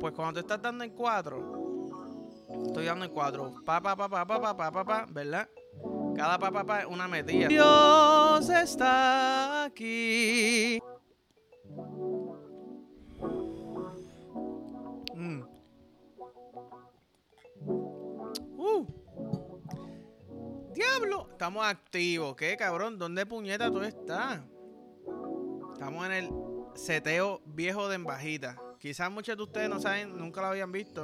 Pues cuando te estás dando en 4, estoy dando en 4. ¿Verdad? Cada pa es una metida. Dios está aquí. Diablo, estamos activos. ¿Qué, cabrón? ¿Dónde puñeta tú estás? Estamos en el seteo viejo de Embajita. Quizás muchos de ustedes no saben, nunca lo habían visto.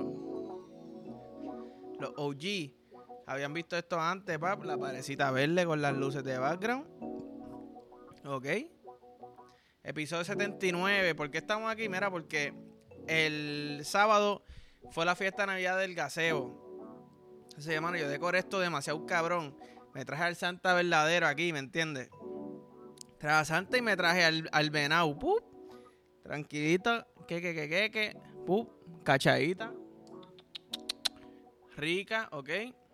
Los OG habían visto esto antes, pap. La parecita verde con las luces de background. Ok. Episodio 79. ¿Por qué estamos aquí? Mira, porque el sábado fue la fiesta de Navidad del Gazebo. Entonces, hermano, yo decoré esto demasiado cabrón. Me traje al Santa verdadero aquí, ¿me entiendes? Traje a Santa y me traje al venado. ¡Pup! Tranquilito. ¡Pup! Cachadita. Rica, ¿ok?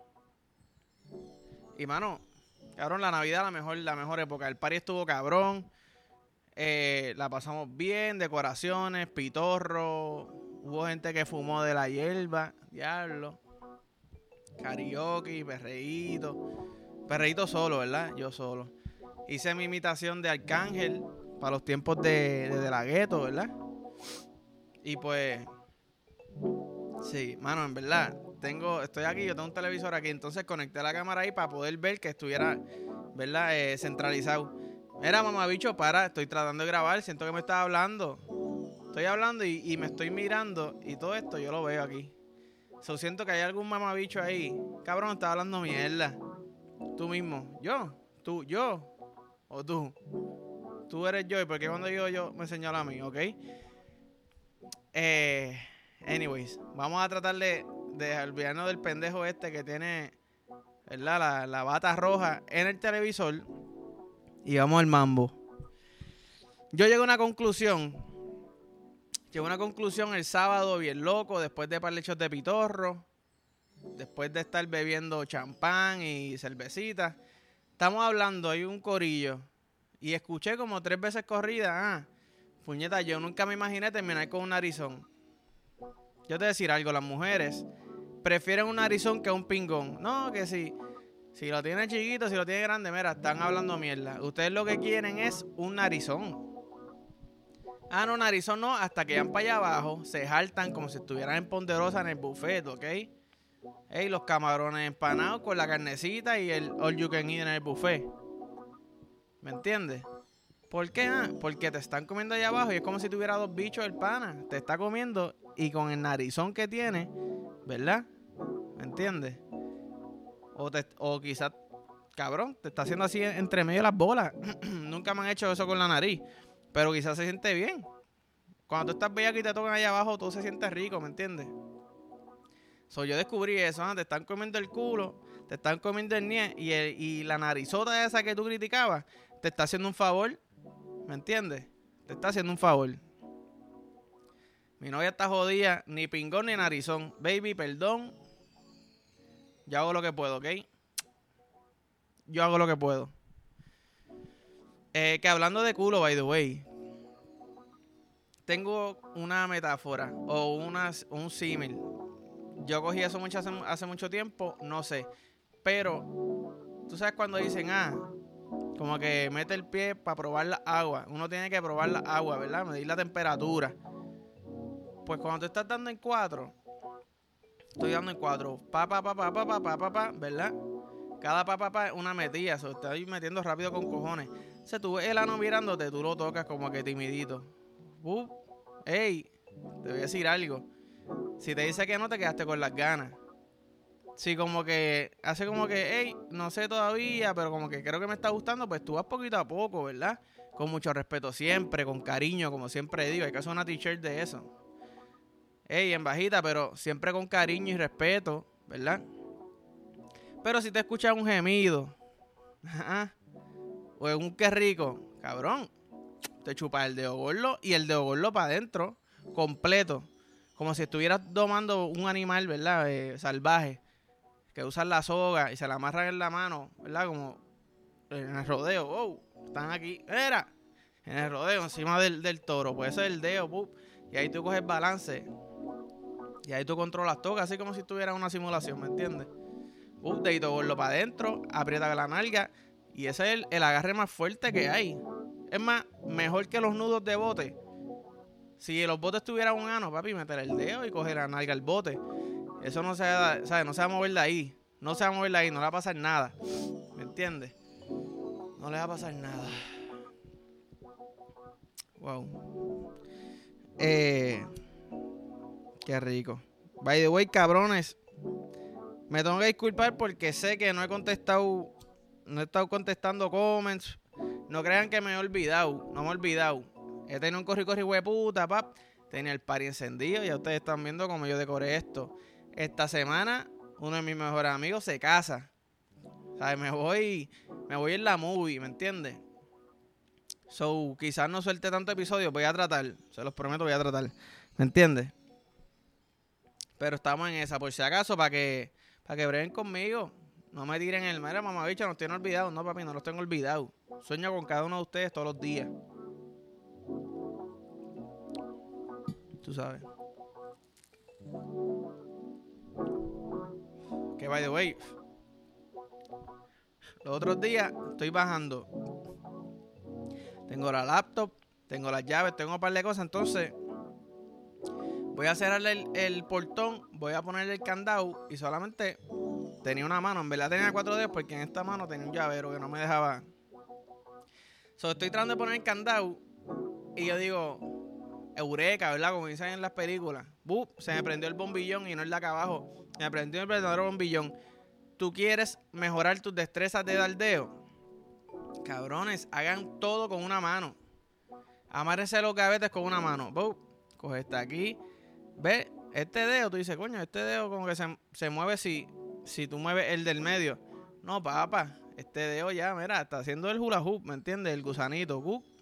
Y, mano, cabrón, la Navidad la mejor época. El party estuvo cabrón. La pasamos bien. Decoraciones, pitorro. Hubo gente que fumó de la hierba. Diablo. Karaoke, perreíto solo, ¿verdad? Yo solo. Hice mi imitación de Arcángel para los tiempos de De La Ghetto, ¿verdad? Y pues, sí, mano, en verdad, estoy aquí, yo tengo un televisor aquí, entonces conecté la cámara ahí para poder ver que estuviera, ¿verdad? Centralizado. Mira, mamabicho, estoy tratando de grabar, siento que me estás hablando. Estoy hablando y me estoy mirando y todo esto yo lo veo aquí. Siento que hay algún mamabicho ahí. Cabrón, está hablando mierda. Tú mismo. ¿Yo? ¿Tú? ¿Yo? ¿O tú? Tú eres yo. ¿Y por qué cuando yo me señalo a mí? ¿Ok? Anyways. Vamos a tratar de olvidarnos del pendejo este que tiene, ¿verdad? La bata roja en el televisor. Y vamos al mambo. Yo llegué a una conclusión. El sábado bien loco, después de parlechos de pitorro, después de estar bebiendo champán y cervecita. Estamos hablando, hay un corillo, y escuché como 3 veces corrida, puñeta, yo nunca me imaginé terminar con un narizón. Yo te voy a decir algo, las mujeres prefieren un narizón que un pingón. No, que si lo tiene chiquito, si lo tiene grande, mira, están hablando mierda. Ustedes lo que quieren es un narizón. No, narizón no, hasta que van para allá abajo, se jaltan como si estuvieran en Ponderosa en el buffet, ¿ok? Los camarones empanados con la carnecita y el all you can eat en el buffet. ¿Me entiendes? ¿Por qué? Porque te están comiendo allá abajo y es como si tuviera 2 bichos el pana. Te está comiendo y con el narizón que tiene, ¿verdad? ¿Me entiendes? O quizás, cabrón, te está haciendo así entre medio de las bolas. Nunca me han hecho eso con la nariz. Pero quizás se siente bien. Cuando tú estás bellaco y te tocan allá abajo, todo se siente rico, ¿me entiendes? Yo descubrí eso, te están comiendo el culo, te están comiendo el nie y la narizota esa que tú criticabas, te está haciendo un favor, ¿me entiendes? Te está haciendo un favor. Mi novia está jodida, ni pingón ni narizón. Baby, perdón. Yo hago lo que puedo, ¿ok? Yo hago lo que puedo. Que hablando de culo, by the way, tengo una metáfora o un símil. Yo cogí eso hace mucho tiempo, no sé. Pero, tú sabes cuando dicen, como que mete el pie para probar la agua. Uno tiene que probar la agua, ¿verdad? Medir la temperatura. Pues cuando te estás dando en 4, estoy dando en 4. ¿Verdad? Cada pa es una metida. Estoy metiendo rápido con cojones. Si tú ves el ano mirándote, tú lo tocas como que timidito. Ey, te voy a decir algo. Si te dice que no, te quedaste con las ganas. Si como que hace como que, hey, no sé todavía, pero como que creo que me está gustando, pues tú vas poquito a poco, ¿verdad? Con mucho respeto siempre, con cariño, como siempre digo. Hay que hacer una t-shirt de eso. Hey, en bajita, pero siempre con cariño y respeto, ¿verdad? Pero si te escuchas un gemido, o un qué rico, cabrón, te chupas el dedo gordo y el dedo gordo para adentro, completo. Como si estuvieras domando un animal, ¿verdad? Salvaje. Que usan la soga y se la amarran en la mano, ¿verdad? Como en el rodeo. Están aquí. Mira, en el rodeo, encima del toro. Pues ese es el dedo, y ahí tú coges balance. Y ahí tú controlas todo, así como si estuviera en una simulación, ¿me entiendes? Dedito gordo para adentro, aprieta la nalga. Y ese es el agarre más fuerte que hay. Es más, mejor que los nudos de bote. Si los botes tuvieran un ano, papi, meter el dedo y coger la nalga al bote. Eso no se va, ¿sabes? No se va a mover de ahí. No se va a mover de ahí, no le va a pasar nada. ¿Me entiendes? No le va a pasar nada. Wow. Qué rico. By the way, cabrones. Me tengo que disculpar porque sé que no he estado contestando comments. No crean que me he olvidado. No me he olvidado. He tenido un corri hueputa, pap. Tenía el party encendido. Ya ustedes están viendo cómo yo decoré esto. Esta semana, uno de mis mejores amigos se casa. ¿Sabes? Me voy en la movie, ¿me entiendes? So, quizás no suelte tanto episodio. Voy a tratar. Se los prometo, voy a tratar. ¿Me entiendes? Pero estamos en esa. Por si acaso, para que breguen conmigo. No me tiren el mera mamabicho, no tienen olvidado. No, papi, no los tengo olvidados. Sueño con cada uno de ustedes todos los días. Tú sabes. Que by the way, los otros días estoy bajando. Tengo la laptop, tengo las llaves, tengo un par de cosas. Entonces, voy a cerrarle el portón, voy a ponerle el candado y solamente tenía una mano. En verdad tenía 4 dedos porque en esta mano tenía un llavero que no me dejaba. Estoy tratando de poner el candado y yo digo, eureka, ¿verdad? Como dicen en las películas. Se me prendió el bombillón y no el de acá abajo. Se me prendió el verdadero bombillón. ¿Tú quieres mejorar tus destrezas de daldeo? Cabrones, hagan todo con una mano. Amárrense los gavetes con una mano. Coge esta aquí. Ve, este dedo, tú dices, coño, este dedo como que se mueve si tú mueves el del medio. No, papá, este dedo ya, mira, está haciendo el hula hoop, ¿me entiendes? El gusanito.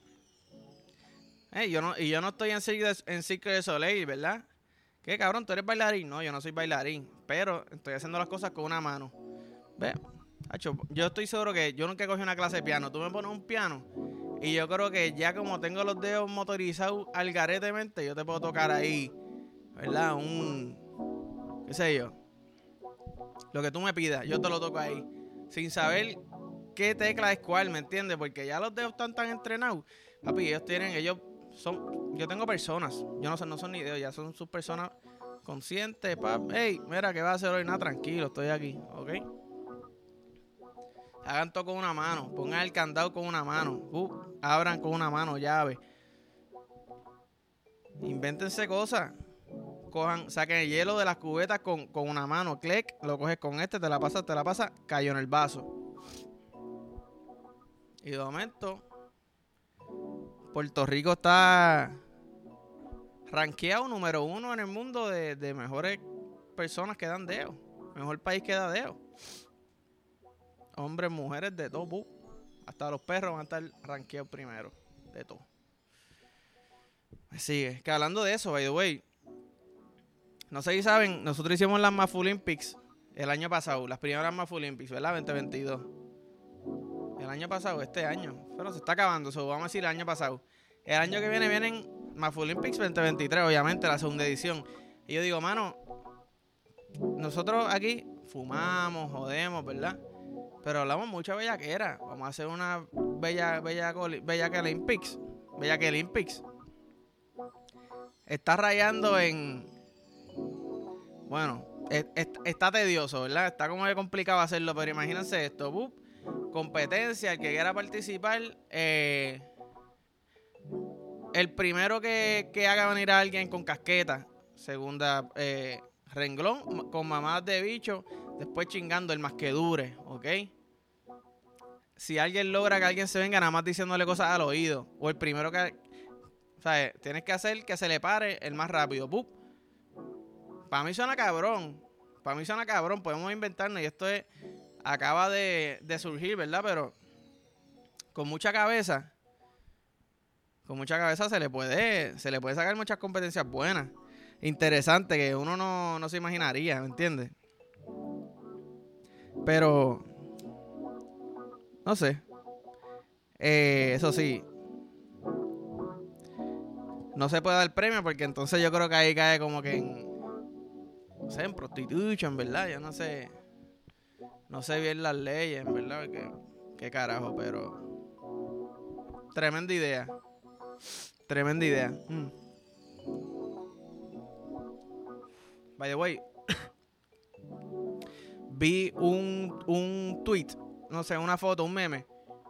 Yo no estoy en Cirque du Soleil, ¿verdad? ¿Qué, cabrón? ¿Tú eres bailarín? No, yo no soy bailarín. Pero estoy haciendo las cosas con una mano. Ve, hacho, yo estoy seguro que yo nunca cogí una clase de piano. Tú me pones un piano y yo creo que ya como tengo los dedos motorizados al garetemente, yo te puedo tocar ahí, ¿verdad? ¿Qué sé yo? Lo que tú me pidas, yo te lo toco ahí. Sin saber qué tecla es cuál, ¿me entiendes? Porque ya los dedos están tan entrenados. Papi, yo tengo personas. No son ni dedos, ya son sus personas conscientes. Hey, mira, ¿qué va a hacer hoy? Nada, tranquilo, estoy aquí, ¿ok? Hagan todo con una mano. Pongan el candado con una mano. Abran con una mano, llave. Invéntense cosas. Saquen el hielo de las cubetas con una mano. Click, lo coges con te la pasa, cayó en el vaso. Y de momento, Puerto Rico está rankeado número 1 en el mundo de mejores personas que dan deo. Mejor país que da deo. Hombres, mujeres, de todo. Hasta los perros van a estar rankeados primero. De todo. Me sigue. Que hablando de eso, by the way. No sé si saben, nosotros hicimos las MAF Olympics el año pasado. Las primeras MAF Olympics, ¿verdad? 2022. El año pasado, este año. Pero se está acabando, vamos a decir el año pasado. El año que vienen MAF Olympics 2023, obviamente, la segunda edición. Y yo digo, mano, nosotros aquí fumamos, jodemos, ¿verdad? Pero hablamos mucha bellaquera. Vamos a hacer una bellaque Olympics. Bellaque Olympics. Está rayando en... Bueno, está tedioso, ¿verdad? Está como de complicado hacerlo, pero imagínense esto. Competencia, el que quiera participar. El primero que haga venir a alguien con casqueta. Segunda, renglón con mamadas de bicho. Después chingando el más que dure, ¿ok? Si alguien logra que alguien se venga nada más diciéndole cosas al oído, o el primero que... ¿Sabes? Tienes que hacer que se le pare el más rápido. Para mí suena cabrón. Podemos inventarnos. Y esto acaba de surgir, ¿verdad? Pero con mucha cabeza se le puede sacar muchas competencias buenas. Interesantes que uno no se imaginaría, ¿me entiendes? Pero... no sé. Eso sí. No se puede dar premio porque entonces yo creo que ahí cae como que no sé, en prostitution, ¿verdad? Yo no sé. No sé bien las leyes, ¿verdad? ¿Qué carajo? Pero tremenda idea. Tremenda idea. By the way, vi un tweet, no sé, una foto, un meme.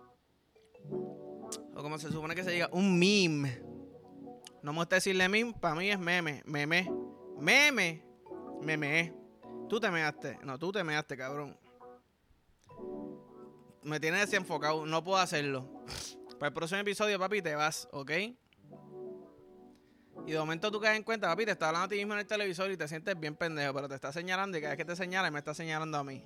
O como se supone que se diga, un meme. No me gusta decirle meme, para mí es meme. Meme. Tú te measte. No, tú te measte, cabrón. Me tienes desenfocado, no puedo hacerlo. Para el próximo episodio, papi, te vas, ¿ok? Y de momento tú caes en cuenta, papi, te está hablando a ti mismo en el televisor y te sientes bien pendejo, pero te está señalando y cada vez que te señala, me está señalando a mí.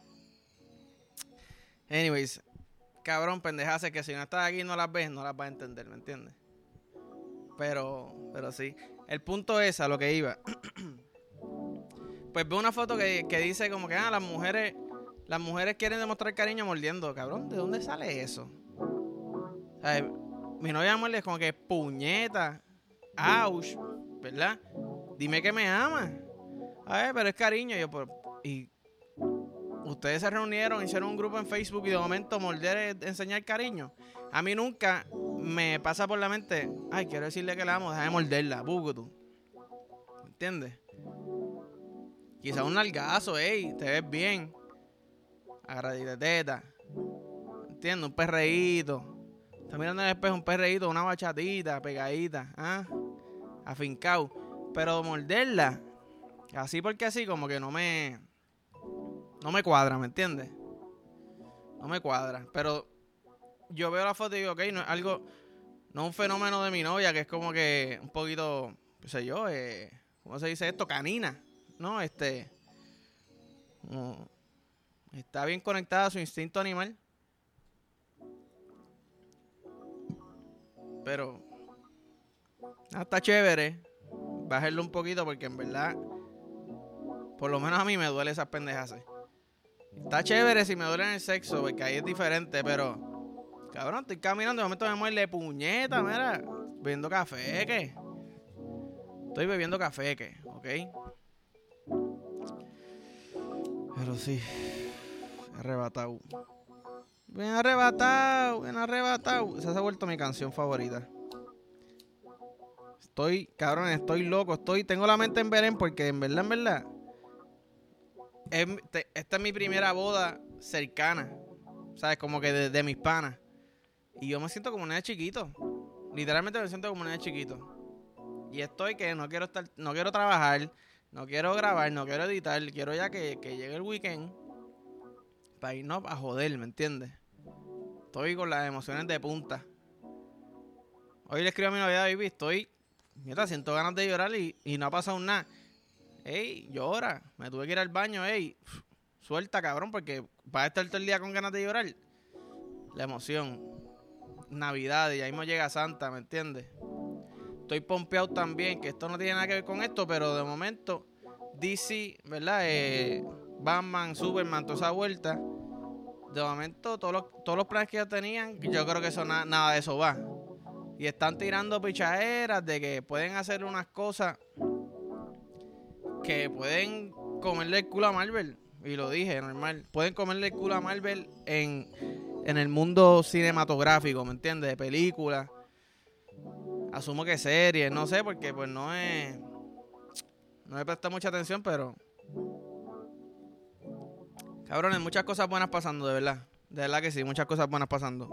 Anyways, cabrón, pendejas, que si no estás aquí y no las ves, no las vas a entender, ¿me entiendes? Pero sí. El punto es a lo que iba. Pues veo una foto que dice como que las mujeres quieren demostrar cariño mordiendo. Cabrón, ¿de dónde sale eso? O sea, mi novia muerde es como que puñeta. Ouch, ¿verdad? Dime que me ama. A ver, pero es cariño. Y ustedes se reunieron, hicieron un grupo en Facebook y de momento morder es enseñar cariño. A mí nunca me pasa por la mente, ay, quiero decirle que la amo, déjame morderla, bugutu. ¿Entiendes? Quizá un nalgazo, ey, te ves bien. Agradita teta. ¿Entiendes? Un perreíto. Está mirando en el espejo un perreíto, una bachatita, pegadita, afincao. Pero morderla, así porque así, como que no me cuadra, ¿me entiendes? No me cuadra. Pero yo veo la foto y digo, ok, no es algo, no es un fenómeno de mi novia, que es como que un poquito, qué sé yo, ¿cómo se dice esto? Canina, ¿no? Está bien conectada a su instinto animal. Pero está chévere bajarlo un poquito porque en verdad, por lo menos a mí me duele esas pendejas. Está chévere si me duele en el sexo, porque ahí es diferente, pero cabrón, estoy caminando, de momento me muerde puñeta, mira, bebiendo café, ¿qué? Estoy bebiendo café, ¿qué? ¿Ok? Pero sí, arrebatado. Bien arrebatado. Esa se ha vuelto mi canción favorita. Estoy loco. Tengo la mente en Belén porque en verdad, esta es mi primera boda cercana. ¿Sabes? Como que de mis panas. Y yo me siento como un nene chiquito. Literalmente me siento como un nene chiquito. Y estoy que no quiero trabajar, no quiero grabar, no quiero editar. Quiero ya que llegue el weekend para irnos a joder, ¿me entiendes? Estoy con las emociones de punta. Hoy le escribo a mi novia, baby, siento ganas de llorar y no ha pasado nada. Ey, llora. Me tuve que ir al baño, ey. Suelta, cabrón, porque vas a estar todo el día con ganas de llorar. La emoción. Navidad y ahí mismo llega Santa, ¿me entiendes? Estoy pompeado también, que esto no tiene nada que ver con esto, pero de momento DC, ¿verdad? Batman, Superman, toda esa vuelta. De momento, todos los planes que ya tenían, yo creo que eso nada de eso va. Y están tirando pichaderas de que pueden hacer unas cosas que pueden comerle el culo a Marvel. Y lo dije, normal. Pueden comerle el culo a Marvel en el mundo cinematográfico, ¿me entiendes? De películas. Asumo que series, no sé, porque pues no me presta mucha atención, pero cabrones, muchas cosas buenas pasando, de verdad. De verdad que sí, muchas cosas buenas pasando.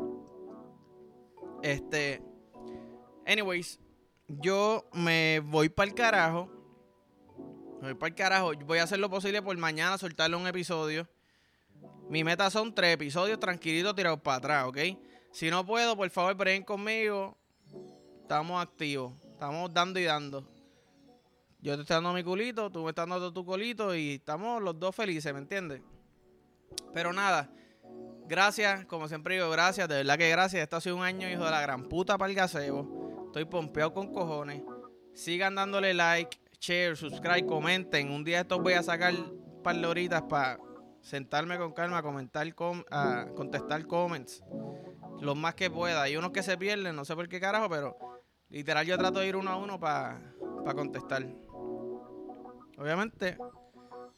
Anyways, yo me voy para el carajo. Voy a hacer lo posible por mañana soltarle un episodio. Mi meta son 3 episodios tranquilitos tirados para atrás, ¿ok? Si no puedo, por favor, breguen conmigo. Estamos activos. Estamos dando y dando. Yo te estoy dando mi culito, tú me estás dando tu culito y estamos los dos felices, ¿me entiendes? Pero nada, gracias, como siempre digo, gracias, de verdad que gracias. Esto ha sido un año, hijo de la gran puta, para el gazebo. Estoy pompeado con cojones. Sigan dándole like, share, subscribe, comenten. Un día estos voy a sacar un par de horitas para sentarme con calma a contestar comments. Los más que pueda. Hay unos que se pierden, no sé por qué carajo, pero literal yo trato de ir uno a uno para contestar. Obviamente,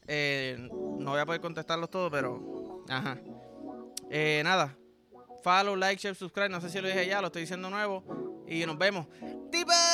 No voy a poder contestarlos todos, pero... Ajá. Nada. Follow, like, share, subscribe. No sé si lo dije ya, lo estoy diciendo nuevo. Y nos vemos. ¡Tipa!